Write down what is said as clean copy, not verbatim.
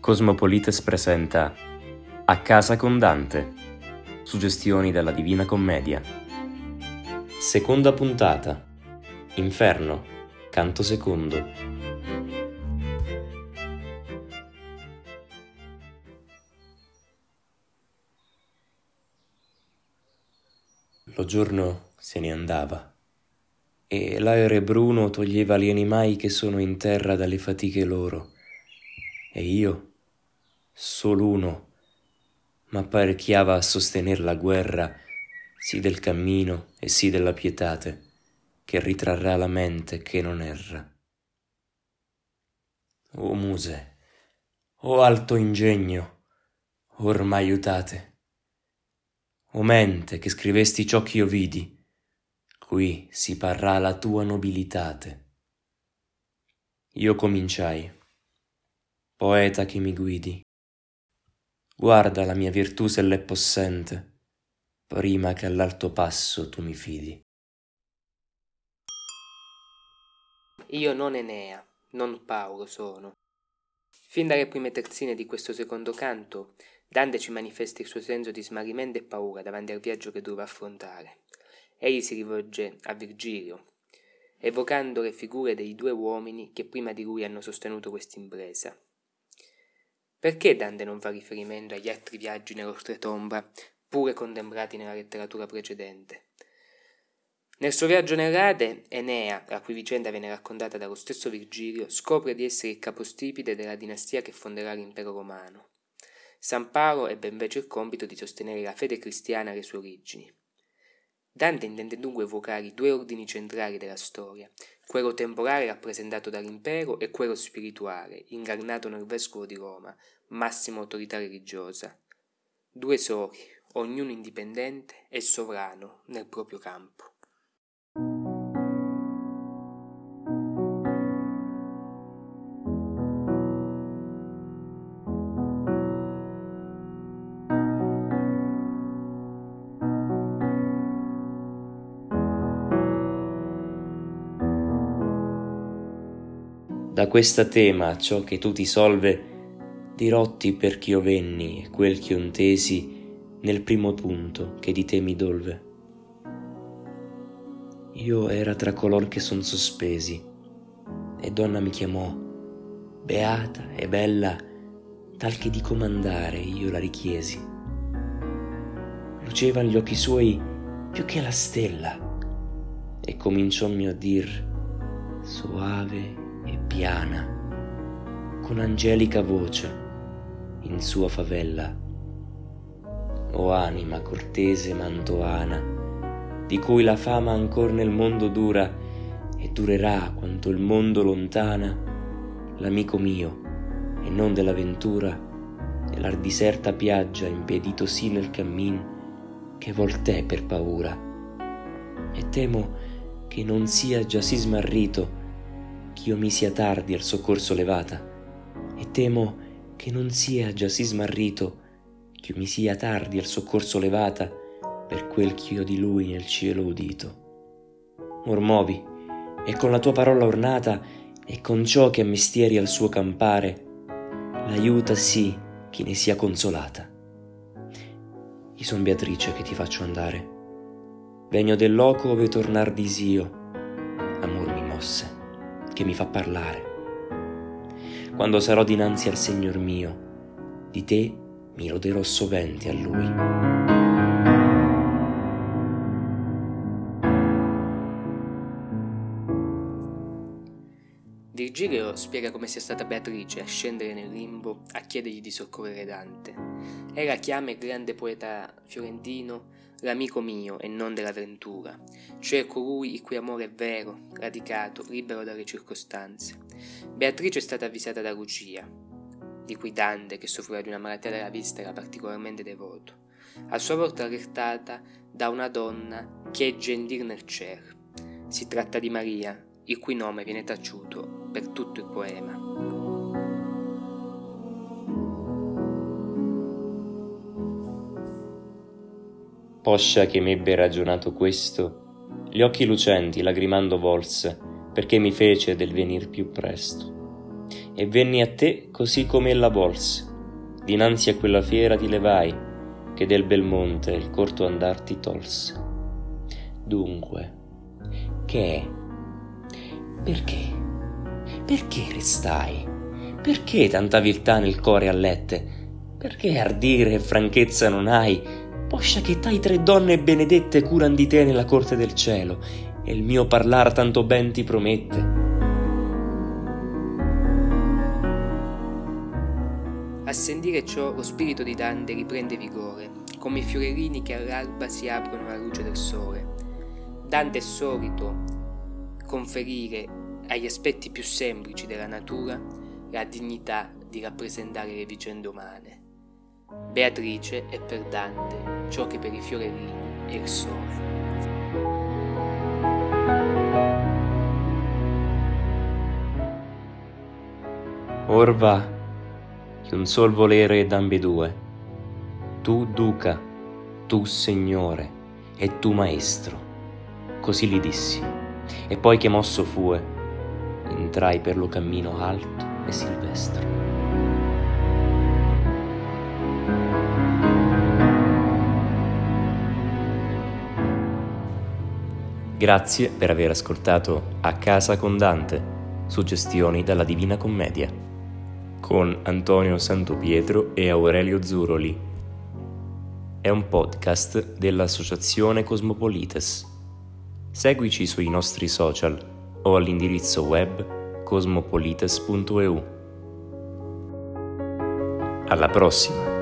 Cosmopolites presenta A casa con Dante, suggestioni dalla Divina Commedia. Seconda puntata, Inferno, canto secondo. Lo giorno se ne andava e l'aere bruno toglieva gli animali che sono in terra dalle fatiche loro, e io, solo uno, m'apparecchiava a sostener la guerra sì del cammino e sì della pietate, che ritrarrà la mente che non erra. O muse, o alto ingegno, or m'aiutate. O mente che scrivesti ciò ch'io vidi, qui si parrà la tua nobilitate. Io cominciai, poeta che mi guidi, guarda la mia virtù se l'è possente, prima che all'alto passo tu mi fidi. Io non Enea, non Paolo sono. Fin dalle prime terzine di questo secondo canto, Dante ci manifesta il suo senso di smarrimento e paura davanti al viaggio che doveva affrontare. Egli si rivolge a Virgilio, evocando le figure dei due uomini che prima di lui hanno sostenuto questa impresa. Perché Dante non fa riferimento agli altri viaggi nell'oltretomba, pure contemplati nella letteratura precedente? Nel suo viaggio nell'Ade, Enea, la cui vicenda viene raccontata dallo stesso Virgilio, scopre di essere il capostipite della dinastia che fonderà l'impero romano. San Paolo ebbe invece il compito di sostenere la fede cristiana alle sue origini. Dante intende dunque evocare i due ordini centrali della storia, quello temporale rappresentato dall'impero e quello spirituale, incarnato nel vescovo di Roma, massima autorità religiosa. Due soli, ognuno indipendente e sovrano nel proprio campo. Da questa tema ciò che tu ti solve, dirotti per ch'io venni e quel ch'io intesi nel primo punto che di te mi dolve. Io era tra color che son sospesi, e donna mi chiamò, beata e bella, tal che di comandare io la richiesi. Lucevan gli occhi suoi più che la stella, e cominciommi a dir, soave e piana, con angelica voce, in sua favella: o anima cortese mantoana, di cui la fama ancor nel mondo dura, e durerà quanto il mondo lontana, l'amico mio, e non della ventura, nell'ar diserta piaggia impedito sì nel cammin, che voltè per paura, e temo che non sia già sì smarrito ch'io mi sia tardi al soccorso levata, e temo che non sia già sì smarrito ch'io mi sia tardi al soccorso levata per quel ch'io di lui nel cielo udito. Or movi, e con la tua parola ornata e con ciò che a mestieri al suo campare, l'aiuta sì chi ne sia consolata. Io son Beatrice che ti faccio andare, vegno del loco ove tornar disio, amor mi mosse che mi fa parlare. Quando sarò dinanzi al Signor mio, di te mi loderò sovente a Lui. Virgilio spiega come sia stata Beatrice a scendere nel limbo a chiedergli di soccorrere Dante. Ella chiama il grande poeta fiorentino l'amico mio e non della ventura, cioè colui il cui amore è vero, radicato, libero dalle circostanze. Beatrice è stata avvisata da Lucia, di cui Dante, che soffriva di una malattia della vista, era particolarmente devoto. A sua volta allertata da una donna che è gentil nel cielo. Si tratta di Maria, il cui nome viene taciuto per tutto il poema. Poscia che m'ebbe ragionato questo, gli occhi lucenti lagrimando volse, perché mi fece del venir più presto. e venni a te così come ella volse. Dinanzi a quella fiera ti levai, che del bel monte il corto andar ti tolse. Dunque, che è? Perché? Perché restai? Perché tanta viltà nel core allette? Perché ardire e franchezza non hai, poscia che tai 3 donne benedette curan di te nella corte del cielo, e il mio parlar tanto ben ti promette? A sentire ciò lo spirito di Dante riprende vigore, come i fiorerini che all'alba si aprono alla luce del sole. Dante è solito conferire agli aspetti più semplici della natura la dignità di rappresentare le vicende umane. Beatrice è per Dante ciò che per i fiorerini è il sole. Or va, che un sol volere ed ambedue, tu duca, tu signore, e tu maestro. Così gli dissi, e poi che mosso fue, entrai per lo cammino alto e silvestro. Grazie per aver ascoltato A Casa con Dante, suggestioni dalla Divina Commedia, con Antonio Santopietro e Aurelio Zuroli. È un podcast dell'Associazione Cosmopolites. Seguici sui nostri social o all'indirizzo web cosmopolites.eu. Alla prossima!